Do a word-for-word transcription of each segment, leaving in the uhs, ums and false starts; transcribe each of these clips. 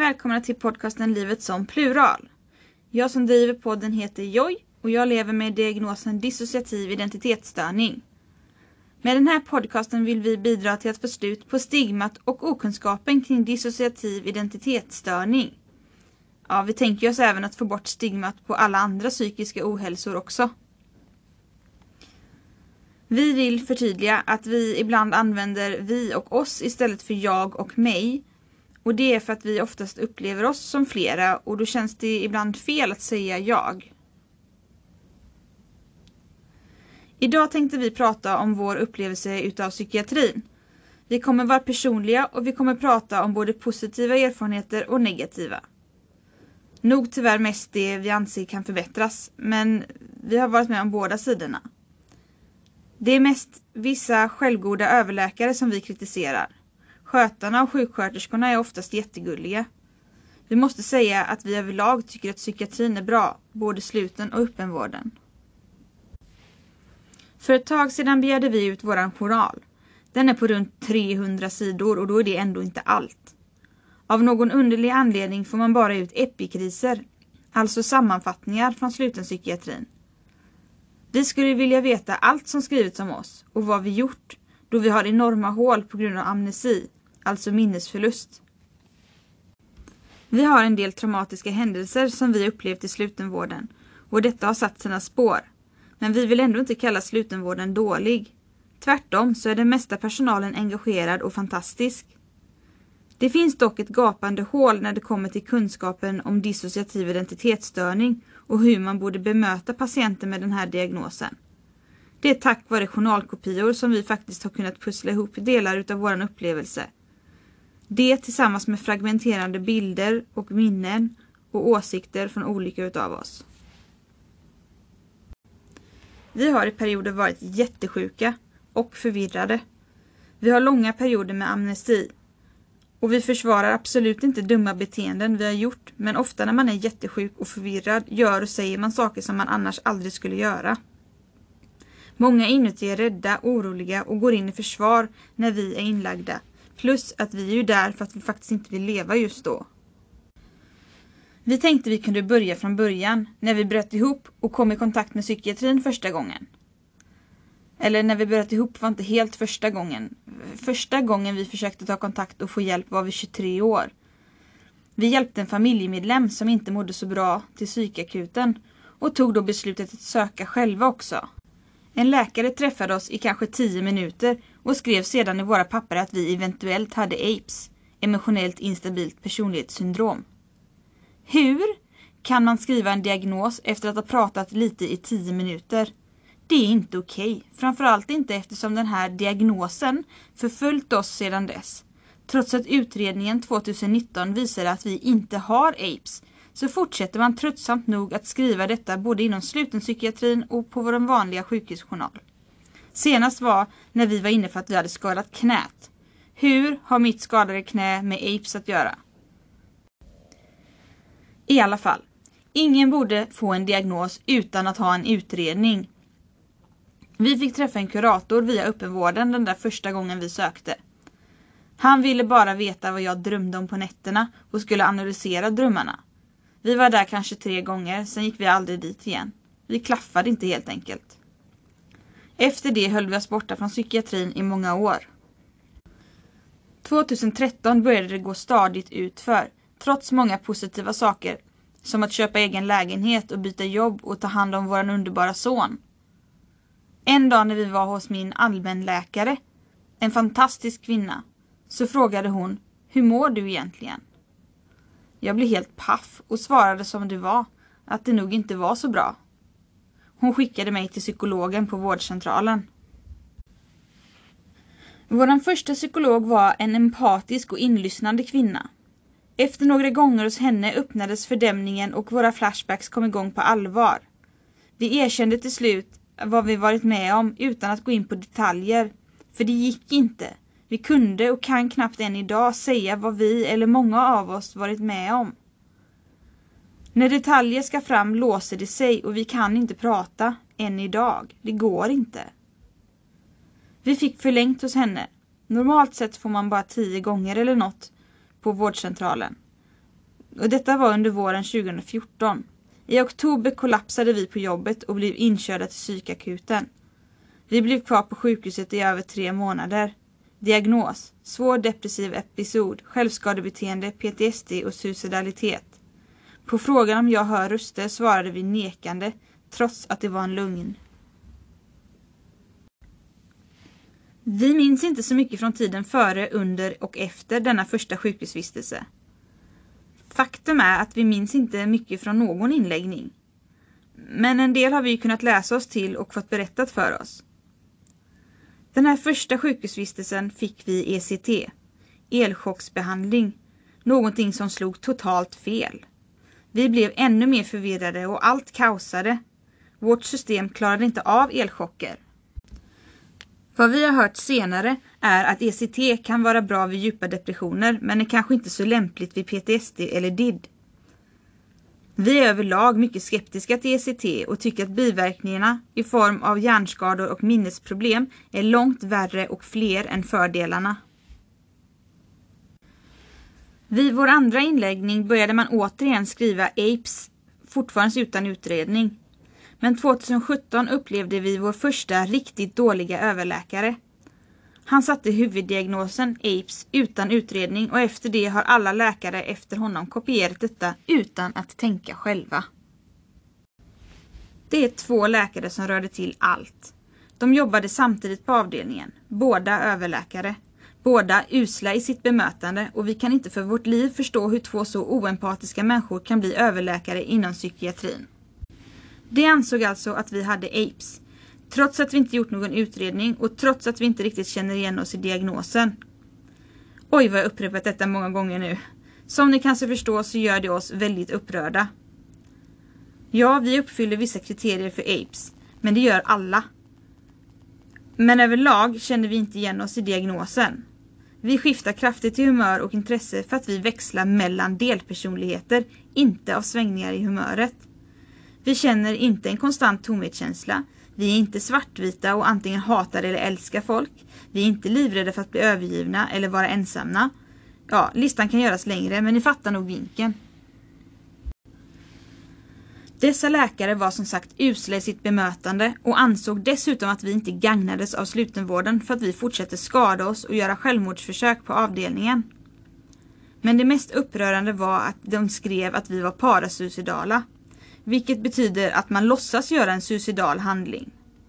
välkomna till podcasten Livet som plural. Jag som driver podden heter Joy och jag lever med diagnosen dissociativ identitetsstörning. Med den här podcasten vill vi bidra till att få slut på stigmat och okunskapen kring dissociativ identitetsstörning. Ja, vi tänker oss även att få bort stigmat på alla andra psykiska ohälsor också. Vi vill förtydliga att vi ibland använder vi och oss istället för jag och mig. Och det är för att vi oftast upplever oss som flera och då känns det ibland fel att säga jag. Idag tänkte vi prata om vår upplevelse utav psykiatrin. Vi kommer vara personliga och vi kommer prata om både positiva erfarenheter och negativa. Nog tyvärr mest det vi anser kan förbättras, men vi har varit med om båda sidorna. Det är mest vissa självgoda överläkare som vi kritiserar. Skötarna och sjuksköterskorna är oftast jättegulliga. Vi måste säga att vi överlag tycker att psykiatrin är bra, både sluten och öppenvården. För ett tag sedan begärde vi ut våran journal. Den är på runt trehundra sidor och då är det ändå inte allt. Av någon underlig anledning får man bara ut epikriser, alltså sammanfattningar från sluten psykiatrin. Vi skulle vilja veta allt som skrivits om oss och vad vi gjort, då vi har enorma hål på grund av amnesi, alltså minnesförlust. Vi har en del traumatiska händelser som vi upplevt i slutenvården och detta har satt sina spår. Men vi vill ändå inte kalla slutenvården dålig. Tvärtom så är den mesta personalen engagerad och fantastisk. Det finns dock ett gapande hål när det kommer till kunskapen om dissociativ identitetsstörning och hur man borde bemöta patienter med den här diagnosen. Det är tack vare journalkopior som vi faktiskt har kunnat pussla ihop delar utav våran upplevelse. Det tillsammans med fragmenterande bilder och minnen och åsikter från olika utav oss. Vi har i perioder varit jättesjuka och förvirrade. Vi har långa perioder med amnesti. Och vi försvarar absolut inte dumma beteenden vi har gjort, men ofta när man är jättesjuk och förvirrad gör och säger man saker som man annars aldrig skulle göra. Många inuti är rädda, oroliga och går in i försvar när vi är inlagda. Plus att vi är ju där för att vi faktiskt inte vill leva just då. Vi tänkte vi kunde börja från början, när vi bröt ihop och kom i kontakt med psykiatrin första gången. Eller när vi bröt ihop var inte helt första gången. Första gången vi försökte ta kontakt och få hjälp var vi tjugotre år. Vi hjälpte en familjemedlem som inte mådde så bra till psykakuten och tog då beslutet att söka själva också. En läkare träffade oss i kanske tio minuter och skrev sedan i våra papper att vi eventuellt hade A P S, emotionellt instabilt personlighetssyndrom. Hur kan man skriva en diagnos efter att ha pratat lite i tio minuter? Det är inte okej, framförallt inte eftersom den här diagnosen förföljt oss sedan dess. Trots att utredningen tjugonitton visade att vi inte har A P S så fortsätter man tröttsamt nog att skriva detta både inom sluten psykiatrin och på vår vanliga sjukhusjournal. Senast var när vi var inne för att vi hade skadat knät. Hur har mitt skadade knä med A P S att göra? I alla fall, ingen borde få en diagnos utan att ha en utredning. Vi fick träffa en kurator via öppenvården den där första gången vi sökte. Han ville bara veta vad jag drömde om på nätterna och skulle analysera drömmarna. Vi var där kanske tre gånger, sen gick vi aldrig dit igen. Vi klaffade inte helt enkelt. Efter det höll vi oss borta från psykiatrin i många år. tjugotretton började det gå stadigt utför, trots många positiva saker, som att köpa egen lägenhet och byta jobb och ta hand om våran underbara son. En dag när vi var hos min allmänläkare, en fantastisk kvinna, så frågade hon, hur mår du egentligen? Jag blev helt paff och svarade som det var, att det nog inte var så bra. Hon skickade mig till psykologen på vårdcentralen. Vår första psykolog var en empatisk och inlyssnande kvinna. Efter några gånger hos henne öppnades fördämningen och våra flashbacks kom igång på allvar. Vi erkände till slut vad vi varit med om utan att gå in på detaljer, för det gick inte. Vi kunde och kan knappt än idag säga vad vi eller många av oss varit med om. När detaljer ska fram låser det sig och vi kan inte prata än idag. Det går inte. Vi fick förlängt hos henne. Normalt sett får man bara tio gånger eller något på vårdcentralen. Och detta var under våren tjugohundrafjorton. I oktober kollapsade vi på jobbet och blev inkörda till psykakuten. Vi blev kvar på sjukhuset i över tre månader. Diagnos: svår depressiv episod, självskadebeteende, P T S D och suicidalitet. På frågan om jag hör röster svarade vi nekande, trots att det var en lögn. Vi minns inte så mycket från tiden före, under och efter denna första sjukhusvistelse. Faktum är att vi minns inte mycket från någon inläggning. Men en del har vi kunnat läsa oss till och fått berättat för oss. Den här första sjukhusvistelsen fick vi E C T, elchocksbehandling, någonting som slog totalt fel. Vi blev ännu mer förvirrade och allt kaosade. Vårt system klarade inte av elchocker. Vad vi har hört senare är att E C T kan vara bra vid djupa depressioner, men är kanske inte så lämpligt vid P T S D eller D I D. Vi är överlag mycket skeptiska till E C T och tycker att biverkningarna i form av hjärnskador och minnesproblem är långt värre och fler än fördelarna. Vid vår andra inläggning började man återigen skriva A P S, fortfarande utan utredning. Men tjugohundrasjutton upplevde vi vår första riktigt dåliga överläkare. Han satte huvuddiagnosen A P S utan utredning och efter det har alla läkare efter honom kopierat detta utan att tänka själva. Det är två läkare som rörde till allt. De jobbade samtidigt på avdelningen, båda överläkare. Båda usla i sitt bemötande och vi kan inte för vårt liv förstå hur två så oempatiska människor kan bli överläkare inom psykiatrin. De ansåg alltså att vi hade A P S, trots att vi inte gjort någon utredning och trots att vi inte riktigt känner igen oss i diagnosen. Oj, vad jag upprepat detta många gånger nu. Som ni kanske förstår så gör det oss väldigt upprörda. Ja, vi uppfyller vissa kriterier för A P S, men det gör alla. Men överlag känner vi inte igen oss i diagnosen. Vi skiftar kraftigt i humör och intresse för att vi växlar mellan delpersonligheter, inte av svängningar i humöret. Vi känner inte en konstant tomhetskänsla. Vi är inte svartvita och antingen hatar eller älskar folk. Vi är inte livrädda för att bli övergivna eller vara ensamma. Ja, listan kan göras längre, men ni fattar nog vinkeln. Dessa läkare var som sagt usla i sitt bemötande och ansåg dessutom att vi inte gagnades av slutenvården för att vi fortsätter skada oss och göra självmordsförsök på avdelningen. Men det mest upprörande var att de skrev att vi var parasuicidala, vilket betyder att man låtsas göra en suicidal handling.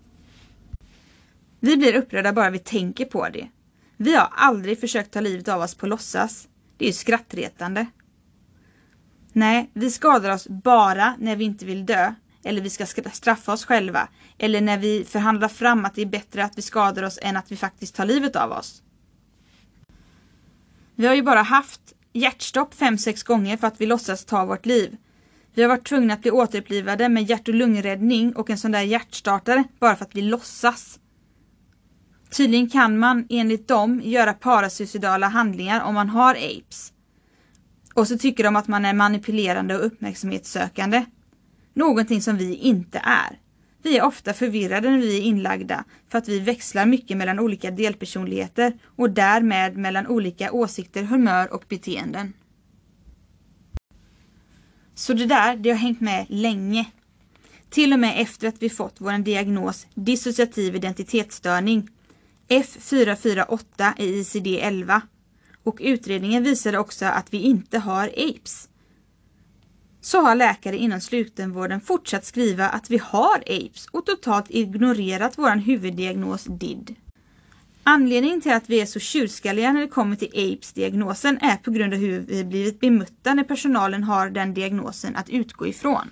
Vi blir upprörda bara vi tänker på det. Vi har aldrig försökt ta livet av oss på låtsas. Det är ju skrattretande. Nej, vi skadar oss bara när vi inte vill dö, eller vi ska straffa oss själva, eller när vi förhandlar fram att det är bättre att vi skadar oss än att vi faktiskt tar livet av oss. Vi har ju bara haft hjärtstopp fem sex gånger för att vi låtsas ta vårt liv. Vi har varit tvungna att bli återupplivade med hjärt- och lungräddning och en sån där hjärtstartare bara för att vi låtsas. Tydligen kan man enligt dem göra parasuicidala handlingar om man har A P S. Och så tycker de att man är manipulerande och uppmärksamhetssökande. Någonting som vi inte är. Vi är ofta förvirrade när vi är inlagda för att vi växlar mycket mellan olika delpersonligheter och därmed mellan olika åsikter, humör och beteenden. Så det där, det har hängt med länge. Till och med efter att vi fått vår diagnos dissociativ identitetsstörning F fyra fyra åtta i I C D elva. Och utredningen visade också att vi inte har A P S. Så har läkare inom slutenvården fortsatt skriva att vi har A P S och totalt ignorerat vår huvuddiagnos D I D. Anledningen till att vi är så tjurskalliga när det kommer till A P S-diagnosen är på grund av hur vi blivit bemötta när personalen har den diagnosen att utgå ifrån.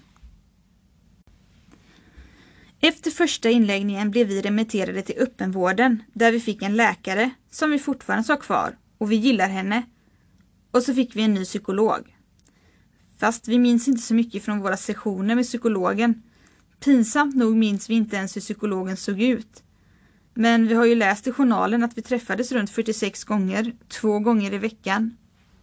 Efter första inläggningen blev vi remitterade till öppenvården där vi fick en läkare som vi fortfarande har kvar och vi gillar henne. Och så fick vi en ny psykolog. Fast vi minns inte så mycket från våra sessioner med psykologen. Pinsamt nog minns vi inte ens hur psykologen såg ut. Men vi har ju läst i journalen att vi träffades runt fyrtiosex gånger, två gånger i veckan.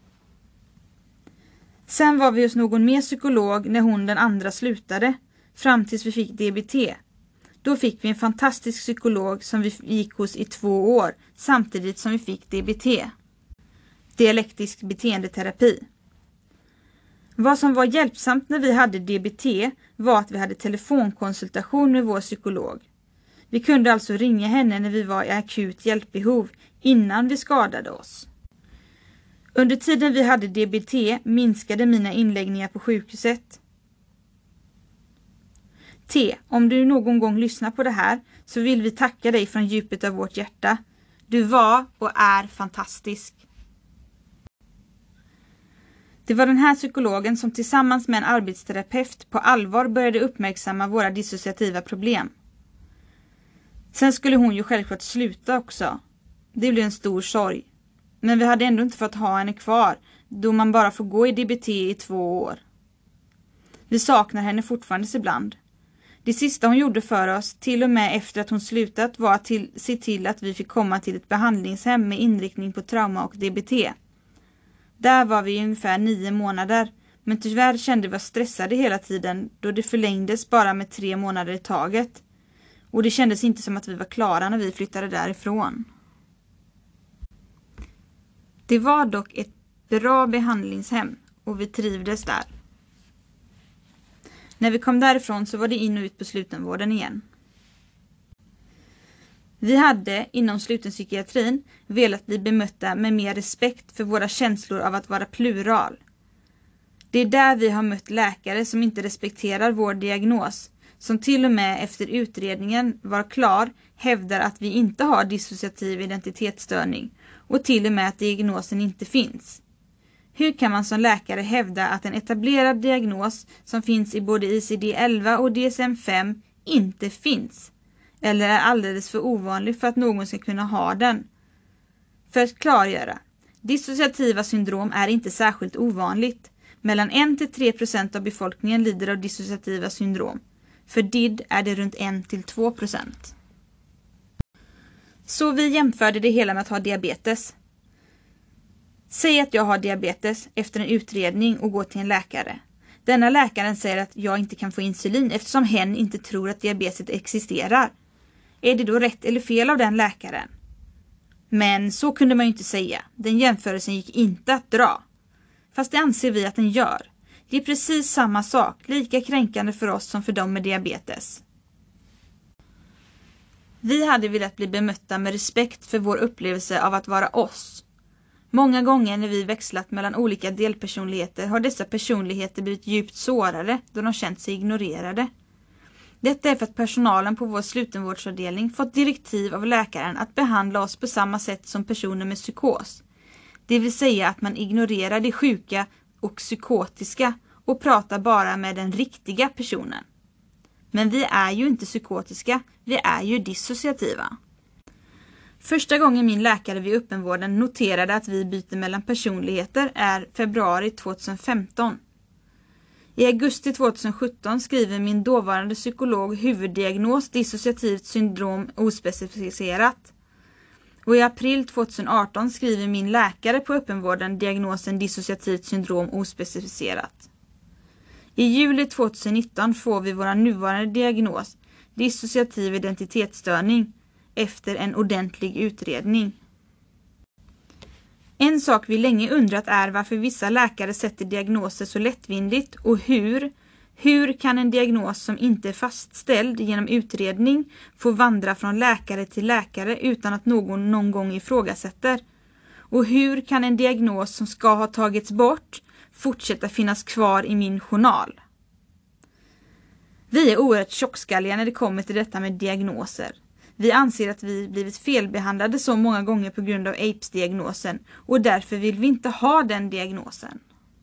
Sen var vi hos någon mer psykolog när hon den andra slutade, fram tills vi fick D B T. Då fick vi en fantastisk psykolog som vi gick hos i två år, samtidigt som vi fick D B T. Dialektisk beteendeterapi. Vad som var hjälpsamt när vi hade D B T var att vi hade telefonkonsultation med vår psykolog. Vi kunde alltså ringa henne när vi var i akut hjälpbehov innan vi skadade oss. Under tiden vi hade D B T minskade mina inläggningar på sjukhuset. T, om du någon gång lyssnar på det här så vill vi tacka dig från djupet av vårt hjärta. Du var och är fantastisk. Det var den här psykologen som tillsammans med en arbetsterapeut på allvar började uppmärksamma våra dissociativa problem. Sen skulle hon ju självklart sluta också. Det blev en stor sorg. Men vi hade ändå inte fått ha henne kvar då man bara får gå i D B T i två år. Vi saknar henne fortfarande ibland. Det sista hon gjorde för oss, till och med efter att hon slutat, var att till, se till att vi fick komma till ett behandlingshem med inriktning på trauma och D B T. Där var vi i ungefär nio månader, men tyvärr kände vi oss stressade hela tiden då det förlängdes bara med tre månader i taget. Och det kändes inte som att vi var klara när vi flyttade därifrån. Det var dock ett bra behandlingshem och vi trivdes där. När vi kom därifrån så var det in och ut på slutenvården igen. Vi hade inom slutenpsykiatrin velat bli bemötta med mer respekt för våra känslor av att vara plural. Det är där vi har mött läkare som inte respekterar vår diagnos, som till och med efter utredningen var klar hävdar att vi inte har dissociativ identitetsstörning och till och med att diagnosen inte finns. Hur kan man som läkare hävda att en etablerad diagnos som finns i både I C D elva och D S M fem inte finns? Eller är alldeles för ovanlig för att någon ska kunna ha den? För att klargöra, dissociativa syndrom är inte särskilt ovanligt. Mellan en till tre procent av befolkningen lider av dissociativa syndrom. För D I D är det runt en till två procent. Så vi jämförde det hela med att ha diabetes. Säg att jag har diabetes efter en utredning och går till en läkare. Denna läkaren säger att jag inte kan få insulin eftersom hen inte tror att diabetes existerar. Är det då rätt eller fel av den läkaren? Men så kunde man ju inte säga. Den jämförelsen gick inte att dra. Fast det anser vi att den gör. Det är precis samma sak, lika kränkande för oss som för dem med diabetes. Vi hade velat bli bemötta med respekt för vår upplevelse av att vara oss. Många gånger när vi växlat mellan olika delpersonligheter har dessa personligheter blivit djupt sårade då de känt sig ignorerade. Detta är för att personalen på vår slutenvårdsavdelning fått direktiv av läkaren att behandla oss på samma sätt som personer med psykos. Det vill säga att man ignorerar det sjuka och psykotiska och pratar bara med den riktiga personen. Men vi är ju inte psykotiska, vi är ju dissociativa. Första gången min läkare vid öppenvården noterade att vi byter mellan personligheter är februari tjugohundrafemton. I augusti tjugohundrasjutton skriver min dåvarande psykolog huvuddiagnos dissociativt syndrom ospecificerat. Och i april tjugoarton skriver min läkare på öppenvården diagnosen dissociativt syndrom ospecificerat. I juli tjugonitton får vi vår nuvarande diagnos dissociativ identitetsstörning efter en ordentlig utredning. En sak vi länge undrat är varför vissa läkare sätter diagnoser så lättvindigt och hur, hur kan en diagnos som inte är fastställd genom utredning få vandra från läkare till läkare utan att någon någon gång ifrågasätter? Och hur kan en diagnos som ska ha tagits bort fortsätta finnas kvar i min journal? Vi är oerhört tjockskalliga när det kommer till detta med diagnoser. Vi anser att vi blivit felbehandlade så många gånger på grund av A P S-diagnosen och därför vill vi inte ha den diagnosen.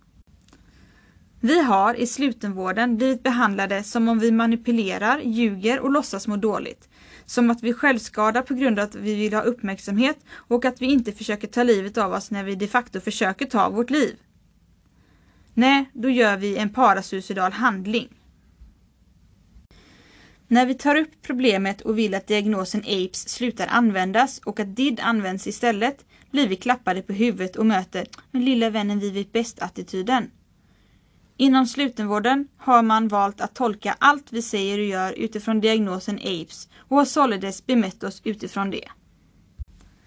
Vi har i slutenvården blivit behandlade som om vi manipulerar, ljuger och låtsas må dåligt. Som att vi självskadar på grund av att vi vill ha uppmärksamhet och att vi inte försöker ta livet av oss när vi de facto försöker ta vårt liv. Nej, då gör vi en parasuicidal handling. När vi tar upp problemet och vill att diagnosen A P S slutar användas och att D I D används istället blir vi klappade på huvudet och möter "men lilla vännen, vi vet bäst"-attityden. Inom slutenvården har man valt att tolka allt vi säger och gör utifrån diagnosen A P S och har således bemött oss utifrån det.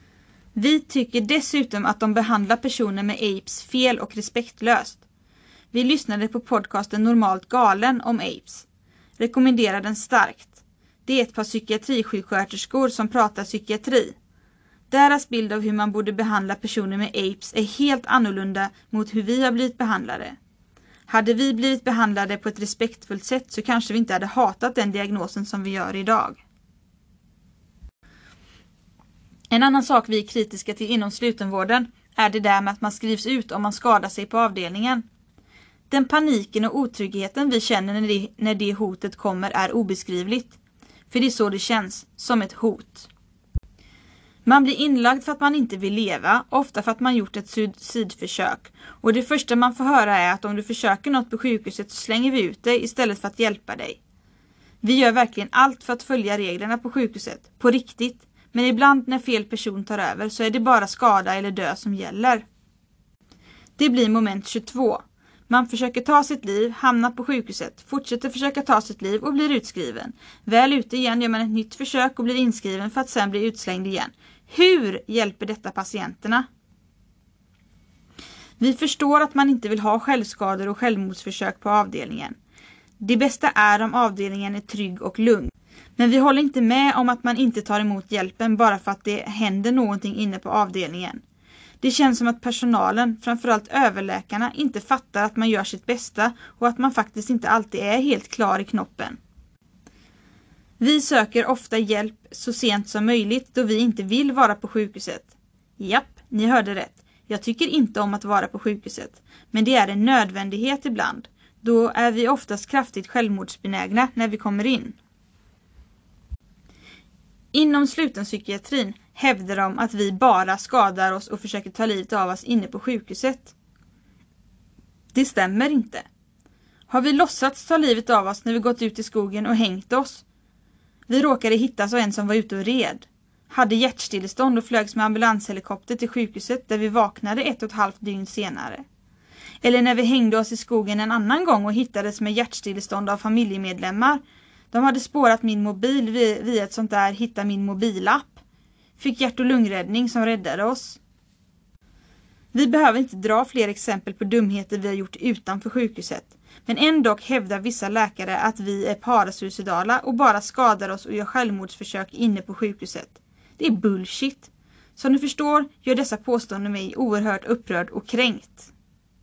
Vi tycker dessutom att de behandlar personer med A P S fel och respektlöst. Vi lyssnade på podcasten Normalt galen om AIDS. Rekommenderar den starkt. Det är ett par psykiatrisjuksköterskor som pratar psykiatri. Deras bild av hur man borde behandla personer med AIDS är helt annorlunda mot hur vi har blivit behandlade. Hade vi blivit behandlade på ett respektfullt sätt så kanske vi inte hade hatat den diagnosen som vi gör idag. En annan sak vi är kritiska till inom slutenvården är det där med att man skrivs ut om man skadar sig på avdelningen. Den paniken och otryggheten vi känner när det, när det hotet kommer är obeskrivligt. För det är så det känns, som ett hot. Man blir inlagd för att man inte vill leva, ofta för att man gjort ett suicidförsök. Och det första man får höra är att om du försöker något på sjukhuset så slänger vi ut dig istället för att hjälpa dig. Vi gör verkligen allt för att följa reglerna på sjukhuset, på riktigt. Men ibland när fel person tar över så är det bara skada eller dö som gäller. Det blir moment tjugotvå. Man försöker ta sitt liv, hamnar på sjukhuset, fortsätter försöka ta sitt liv och blir utskriven. Väl ute igen gör man ett nytt försök och blir inskriven för att sen bli utslängd igen. Hur hjälper detta patienterna? Vi förstår att man inte vill ha självskador och självmordsförsök på avdelningen. Det bästa är om avdelningen är trygg och lugn. Men vi håller inte med om att man inte tar emot hjälpen bara för att det händer någonting inne på avdelningen. Det känns som att personalen, framförallt överläkarna, inte fattar att man gör sitt bästa och att man faktiskt inte alltid är helt klar i knoppen. Vi söker ofta hjälp så sent som möjligt då vi inte vill vara på sjukhuset. Japp, ni hörde rätt. Jag tycker inte om att vara på sjukhuset, men det är en nödvändighet ibland. Då är vi oftast kraftigt självmordsbenägna när vi kommer in. Inom slutenpsykiatrin hävdar de att vi bara skadar oss och försöker ta livet av oss inne på sjukhuset. Det stämmer inte. Har vi låtsats ta livet av oss när vi gått ut i skogen och hängt oss? Vi råkade hittas av en som var ute och red. Hade hjärtstillestånd och flögs med ambulanshelikopter till sjukhuset där vi vaknade ett och ett halvt dygn senare. Eller när vi hängde oss i skogen en annan gång och hittades med hjärtstillestånd av familjemedlemmar. De hade spårat min mobil via ett sånt där hitta min mobilapp. Fick hjärt- och lungräddning som räddade oss. Vi behöver inte dra fler exempel på dumheter vi har gjort utanför sjukhuset. Men ändå hävdar vissa läkare att vi är parasuicidala och bara skadar oss och gör självmordsförsök inne på sjukhuset. Det är bullshit. Som ni förstår gör dessa påståenden mig oerhört upprörd och kränkt.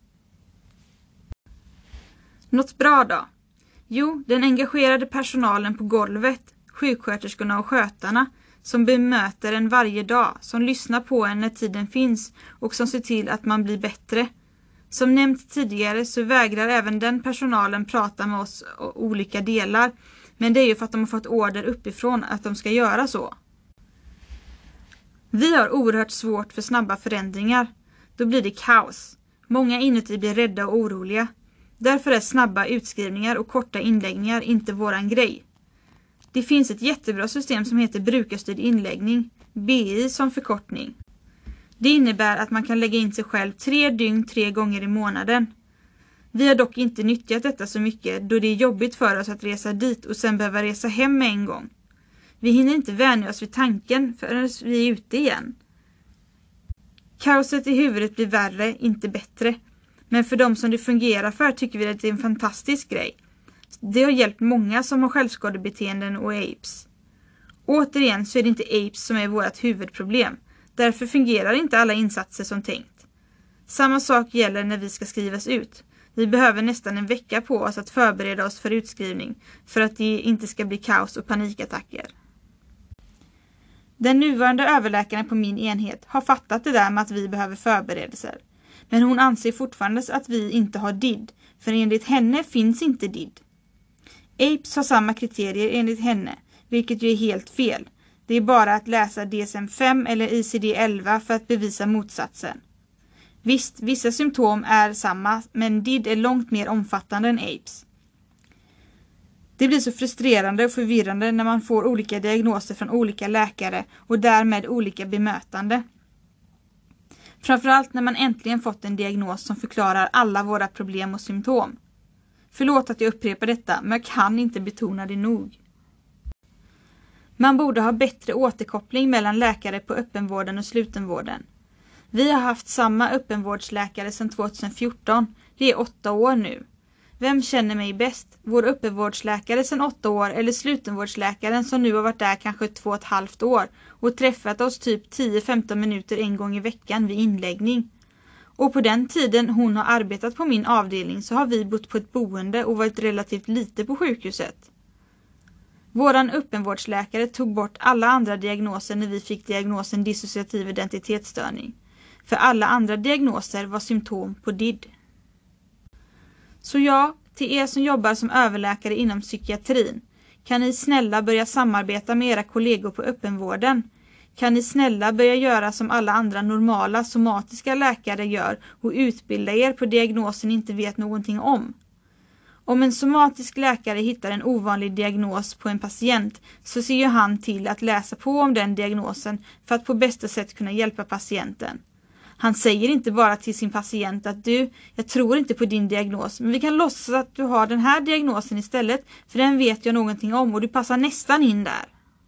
Något bra då? Jo, den engagerade personalen på golvet, sjuksköterskorna och skötarna, som bemöter en varje dag, som lyssnar på en när tiden finns och som ser till att man blir bättre. Som nämnt tidigare så vägrar även den personalen prata med oss och olika delar, men det är ju för att de har fått order uppifrån att de ska göra så. Vi har oerhört svårt för snabba förändringar. Då blir det kaos. Många inuti blir rädda och oroliga. Därför är snabba utskrivningar och korta inläggningar inte våran grej. Det finns ett jättebra system som heter brukarstyrd inläggning, B I som förkortning. Det innebär att man kan lägga in sig själv tre dygn tre gånger i månaden. Vi har dock inte nyttjat detta så mycket då det är jobbigt för oss att resa dit och sen behöva resa hem med en gång. Vi hinner inte vänja oss vid tanken förrän vi är ute igen. Kaoset i huvudet blir värre, inte bättre. Men för de som det fungerar för tycker vi att det är en fantastisk grej. Det har hjälpt många som har självskadebeteenden och A P S. Återigen så är det inte A P S som är vårt huvudproblem. Därför fungerar inte alla insatser som tänkt. Samma sak gäller när vi ska skrivas ut. Vi behöver nästan en vecka på oss att förbereda oss för utskrivning för att det inte ska bli kaos och panikattacker. Den nuvarande överläkaren på min enhet har fattat det där med att vi behöver förberedelser. Men hon anser fortfarande att vi inte har D I D, för enligt henne finns inte D I D. A P S har samma kriterier enligt henne, vilket ju är helt fel. Det är bara att läsa D S M fem eller I C D elva för att bevisa motsatsen. Visst, vissa symptom är samma, men D I D är långt mer omfattande än A P S. Det blir så frustrerande och förvirrande när man får olika diagnoser från olika läkare och därmed olika bemötande. Framförallt när man äntligen fått en diagnos som förklarar alla våra problem och symptom. Förlåt att jag upprepar detta, men jag kan inte betona det nog. Man borde ha bättre återkoppling mellan läkare på öppenvården och slutenvården. Vi har haft samma öppenvårdsläkare sedan tjugohundrafjorton. Det är åtta år nu. Vem känner mig bäst? Vår öppenvårdsläkare sedan åtta år eller slutenvårdsläkaren som nu har varit där kanske två och ett halvt år och träffat oss typ tio till femton minuter en gång i veckan vid inläggning. Och på den tiden hon har arbetat på min avdelning så har vi bott på ett boende och varit relativt lite på sjukhuset. Våran öppenvårdsläkare tog bort alla andra diagnoser när vi fick diagnosen dissociativ identitetsstörning. För alla andra diagnoser var symptom på D I D. Så ja, till er som jobbar som överläkare inom psykiatrin, kan ni snälla börja samarbeta med era kollegor på öppenvården? Kan ni snälla börja göra som alla andra normala somatiska läkare gör och utbilda er på diagnosen ni inte vet någonting om? Om en somatisk läkare hittar en ovanlig diagnos på en patient så ser ju han till att läsa på om den diagnosen för att på bästa sätt kunna hjälpa patienten. Han säger inte bara till sin patient att du, jag tror inte på din diagnos, men vi kan låtsas att du har den här diagnosen istället, för den vet jag någonting om och du passar nästan in där.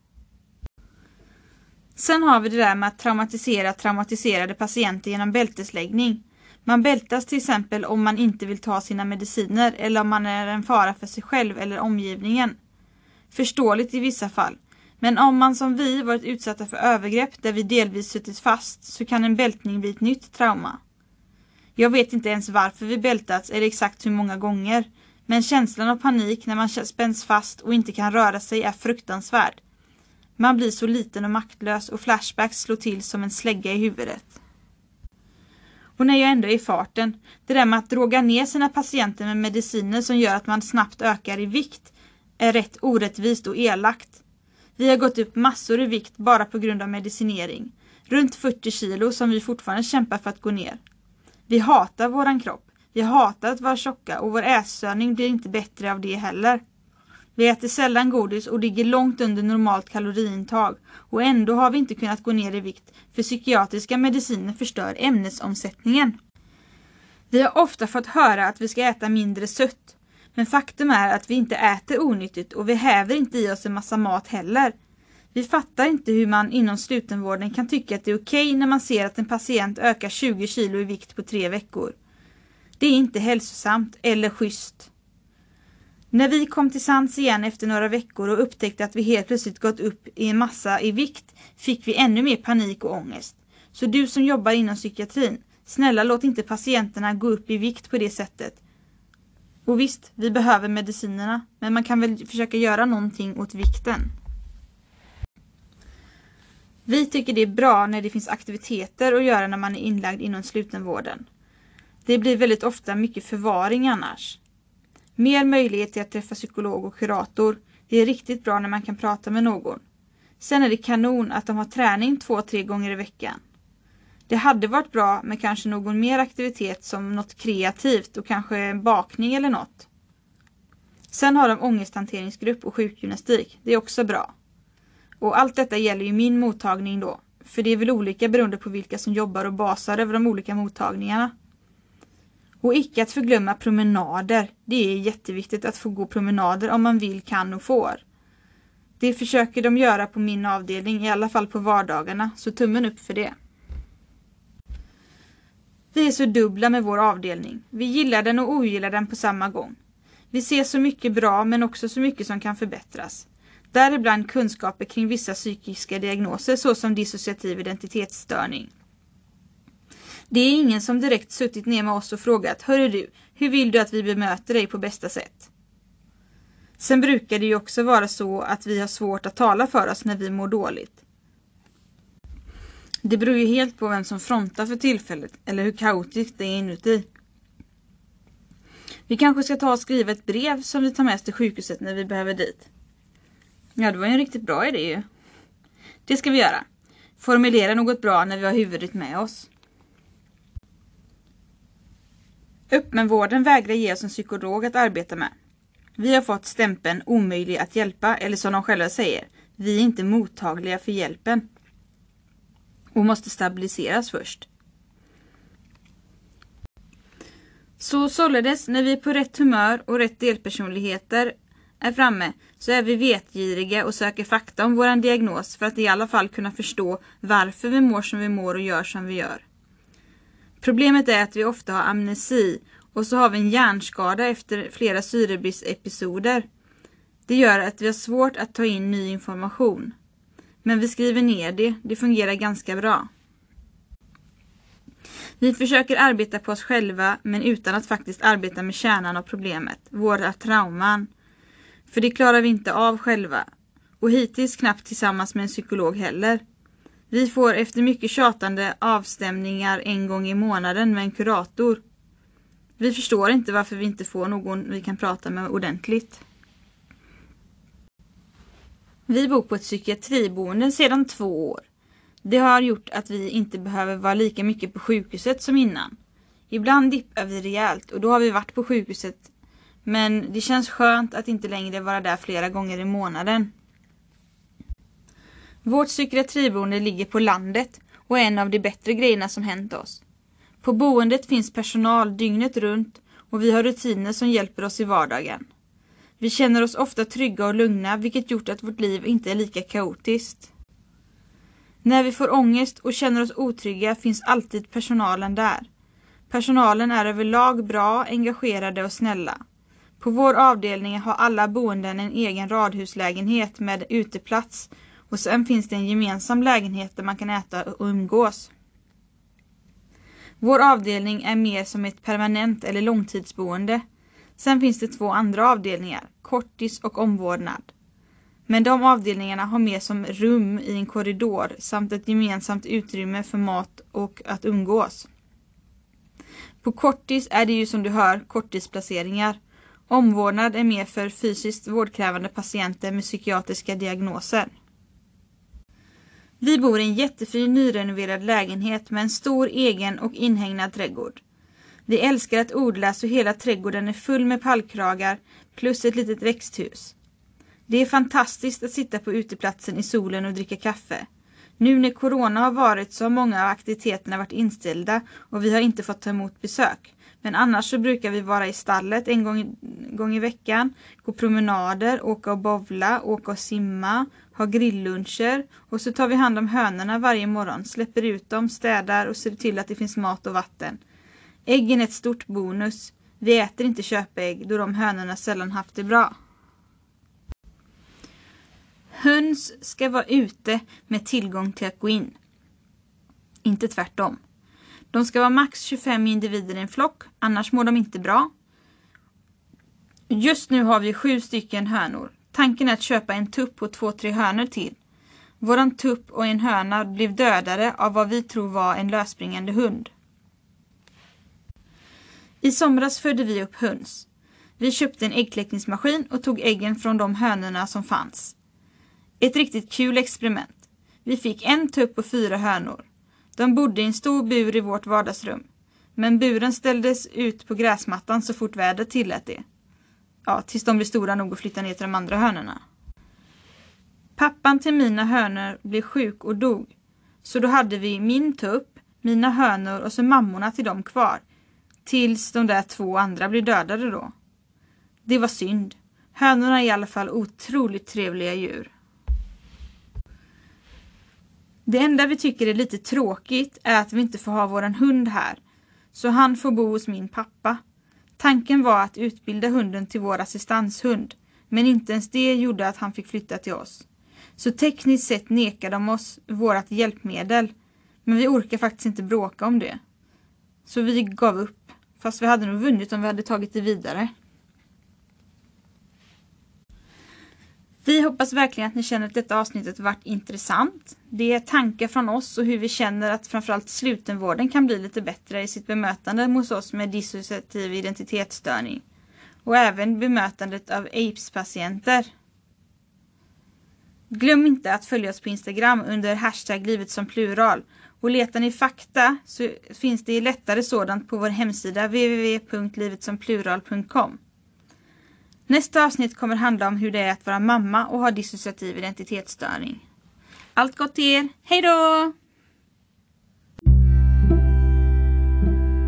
Sen har vi det där med att traumatisera traumatiserade patienter genom bältesläggning. Man bältas till exempel om man inte vill ta sina mediciner eller om man är en fara för sig själv eller omgivningen. Förståeligt i vissa fall. Men om man som vi varit utsatta för övergrepp där vi delvis suttit fast så kan en bältning bli ett nytt trauma. Jag vet inte ens varför vi bältats eller exakt hur många gånger. Men känslan av panik när man spänns fast och inte kan röra sig är fruktansvärd. Man blir så liten och maktlös och flashbacks slår till som en slägga i huvudet. Och när jag ändå är i farten, det där med att droga ner sina patienter med mediciner som gör att man snabbt ökar i vikt är rätt orättvist och elakt. Vi har gått upp massor i vikt bara på grund av medicinering. Runt fyrtio kilo som vi fortfarande kämpar för att gå ner. Vi hatar våran kropp. Vi hatar att vara tjocka och vår ätstörning blir inte bättre av det heller. Vi äter sällan godis och ligger långt under normalt kaloriintag och ändå har vi inte kunnat gå ner i vikt för psykiatriska mediciner förstör ämnesomsättningen. Vi har ofta fått höra att vi ska äta mindre sött, men faktum är att vi inte äter onyttigt och vi häver inte i oss en massa mat heller. Vi fattar inte hur man inom slutenvården kan tycka att det är okej när man ser att en patient ökar tjugo kilo i vikt på tre veckor. Det är inte hälsosamt eller schysst. När vi kom till sans igen efter några veckor och upptäckte att vi helt plötsligt gått upp i en massa i vikt fick vi ännu mer panik och ångest. Så du som jobbar inom psykiatrin, snälla låt inte patienterna gå upp i vikt på det sättet. Och visst, vi behöver medicinerna, men man kan väl försöka göra någonting åt vikten. Vi tycker det är bra när det finns aktiviteter att göra när man är inlagd inom slutenvården. Det blir väldigt ofta mycket förvaring annars. Mer möjlighet till att träffa psykolog och kurator. Det är riktigt bra när man kan prata med någon. Sen är det kanon att de har träning två, tre gånger i veckan. Det hade varit bra med kanske någon mer aktivitet som något kreativt och kanske en bakning eller något. Sen har de ångesthanteringsgrupp och sjukgymnastik. Det är också bra. Och allt detta gäller ju min mottagning då. För det är väl olika beroende på vilka som jobbar och basar över de olika mottagningarna. Och icke att förglömma promenader. Det är jätteviktigt att få gå promenader om man vill, kan och får. Det försöker de göra på min avdelning, i alla fall på vardagarna, så tummen upp för det. Vi är så dubbla med vår avdelning. Vi gillar den och ogillar den på samma gång. Vi ser så mycket bra men också så mycket som kan förbättras. Däribland kunskaper kring vissa psykiska diagnoser såsom dissociativ identitetsstörning. Det är ingen som direkt suttit ner med oss och frågat: Hörru du, hur vill du att vi bemöter dig på bästa sätt? Sen brukar det ju också vara så att vi har svårt att tala för oss när vi mår dåligt. Det beror ju helt på vem som frontar för tillfället eller hur kaotiskt det är inuti. Vi kanske ska ta och skriva ett brev som vi tar med oss till sjukhuset när vi behöver dit. Ja, det var ju en riktigt bra idé ju. Det ska vi göra. Formulera något bra när vi har huvudet med oss. Öppenvården vägrar ge oss en psykolog att arbeta med. Vi har fått stämpeln omöjlig att hjälpa, eller som de själva säger, vi är inte mottagliga för hjälpen. Och måste stabiliseras först. Så således, när vi är på rätt humör och rätt delpersonligheter är framme, så är vi vetgiriga och söker fakta om våran diagnos för att i alla fall kunna förstå varför vi mår som vi mår och gör som vi gör. Problemet är att vi ofta har amnesi och så har vi en hjärnskada efter flera syrebrist-episoder. Det gör att vi har svårt att ta in ny information. Men vi skriver ner det, det fungerar ganska bra. Vi försöker arbeta på oss själva men utan att faktiskt arbeta med kärnan av problemet, våra trauman. För det klarar vi inte av själva. Och hittills knappt tillsammans med en psykolog heller. Vi får efter mycket tjatande avstämningar en gång i månaden med en kurator. Vi förstår inte varför vi inte får någon vi kan prata med ordentligt. Vi bor på ett psykiatriboende sedan två år. Det har gjort att vi inte behöver vara lika mycket på sjukhuset som innan. Ibland dippar vi rejält och då har vi varit på sjukhuset. Men det känns skönt att inte längre vara där flera gånger i månaden. Vårt psykiatriboende ligger på landet och är en av de bättre grejerna som hänt oss. På boendet finns personal dygnet runt och vi har rutiner som hjälper oss i vardagen. Vi känner oss ofta trygga och lugna, vilket gjort att vårt liv inte är lika kaotiskt. När vi får ångest och känner oss otrygga finns alltid personalen där. Personalen är överlag bra, engagerade och snälla. På vår avdelning har alla boenden en egen radhuslägenhet med uteplats och sen finns det en gemensam lägenhet där man kan äta och umgås. Vår avdelning är mer som ett permanent eller långtidsboende. Sen finns det två andra avdelningar, kortis och omvårdnad. Men de avdelningarna har mer som rum i en korridor samt ett gemensamt utrymme för mat och att umgås. På kortis är det ju som du hör korttidsplaceringar. Omvårdnad är mer för fysiskt vårdkrävande patienter med psykiatriska diagnoser. Vi bor i en jättefin nyrenoverad lägenhet med en stor egen och inhägnad trädgård. Vi älskar att odla så hela trädgården är full med pallkragar plus ett litet växthus. Det är fantastiskt att sitta på uteplatsen i solen och dricka kaffe. Nu när corona har varit så har många av aktiviteterna varit inställda och vi har inte fått ta emot besök. Men annars så brukar vi vara i stallet en gång, gång i veckan, gå promenader, åka och bowla, åka och simma, ha grillluncher och så tar vi hand om hönorna varje morgon, släpper ut dem, städar och ser till att det finns mat och vatten. Äggen är ett stort bonus. Vi äter inte köpägg då de hönorna sällan haft det bra. Höns ska vara ute med tillgång till att gå in. Inte tvärtom. De ska vara max tjugofem individer i en flock, annars mår de inte bra. Just nu har vi sju stycken hönor. Tanken är att köpa en tupp och två, tre hönor till. Våran tupp och en höna blev dödade av vad vi tror var en lösspringande hund. I somras födde vi upp höns. Vi köpte en äggkläckningsmaskin och tog äggen från de hönorna som fanns. Ett riktigt kul experiment. Vi fick en tupp och fyra hönor. De bodde i en stor bur i vårt vardagsrum. Men buren ställdes ut på gräsmattan så fort vädret tillät det. Ja, tills de blev stora nog att flytta ner till de andra hönorna. Pappan till mina hönor blev sjuk och dog. Så då hade vi min tupp, mina hönor och så mammorna till dem kvar. Tills de där två andra blev dödade då. Det var synd. Hönorna är i alla fall otroligt trevliga djur. Det enda vi tycker är lite tråkigt är att vi inte får ha våran hund här. Så han får bo hos min pappa. Tanken var att utbilda hunden till vår assistanshund. Men inte ens det gjorde att han fick flytta till oss. Så tekniskt sett nekade de oss vårat hjälpmedel. Men vi orkar faktiskt inte bråka om det. Så vi gav upp. Fast vi hade nog vunnit om vi hade tagit det vidare. Vi hoppas verkligen att ni känner att detta avsnittet varit intressant. Det är tankar från oss och hur vi känner att framförallt slutenvården kan bli lite bättre i sitt bemötande hos oss med dissociativ identitetsstörning. Och även bemötandet av A I P S-patienter. Glöm inte att följa oss på Instagram under hashtag livet som plural. Och letar ni fakta så finns det lättare sådant på vår hemsida w w w punkt livet som plural punkt com. Nästa avsnitt kommer handla om hur det är att vara mamma och ha dissociativ identitetsstörning. Allt gott till er. Hej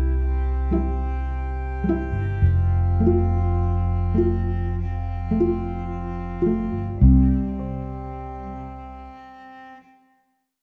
då!